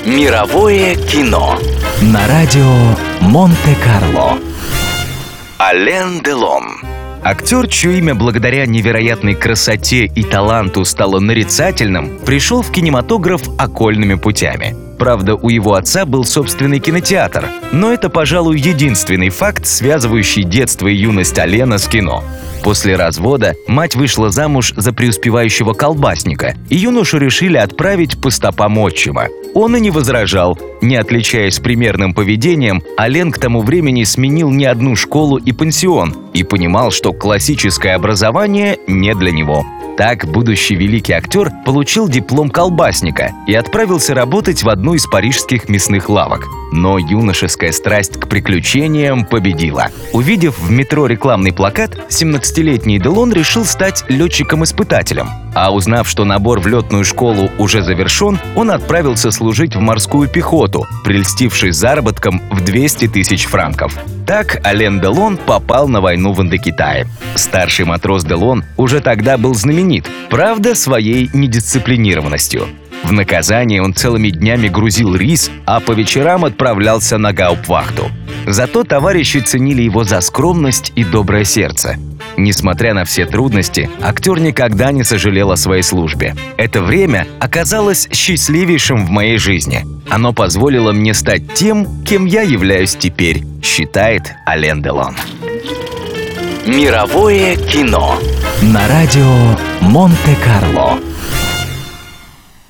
Мировое кино на радио Монте-Карло. Ален Делон. Актер, чье имя благодаря невероятной красоте и таланту стало нарицательным, пришел в кинематограф окольными путями. Правда, у его отца был собственный кинотеатр, но это, пожалуй, единственный факт, связывающий детство и юность Алена с кино. После развода мать вышла замуж за преуспевающего колбасника, и юношу решили отправить по стопам отчима. Он и не возражал. Не отличаясь примерным поведением, Ален к тому времени сменил не одну школу и пансион и понимал, что классическое образование не для него. Так будущий великий актер получил диплом колбасника и отправился работать в одну из парижских мясных лавок. Но юношеская страсть к приключениям победила. Увидев в метро рекламный плакат, 17-летний Делон решил стать летчиком-испытателем. А узнав, что набор в летную школу уже завершен, он отправился служить в морскую пехоту, прельстившись заработком в 200 тысяч франков. Так Ален Делон попал на войну в Индокитае. Старший матрос Делон уже тогда был знаменит, правда, своей недисциплинированностью. В наказание он целыми днями грузил рис, а по вечерам отправлялся на гауптвахту. Зато товарищи ценили его за скромность и доброе сердце. Несмотря на все трудности, актер никогда не сожалел о своей службе. Это время оказалось счастливейшим в моей жизни. Оно позволило мне стать тем, кем я являюсь теперь, считает Ален Делон. Мировое кино на радио Монте-Карло.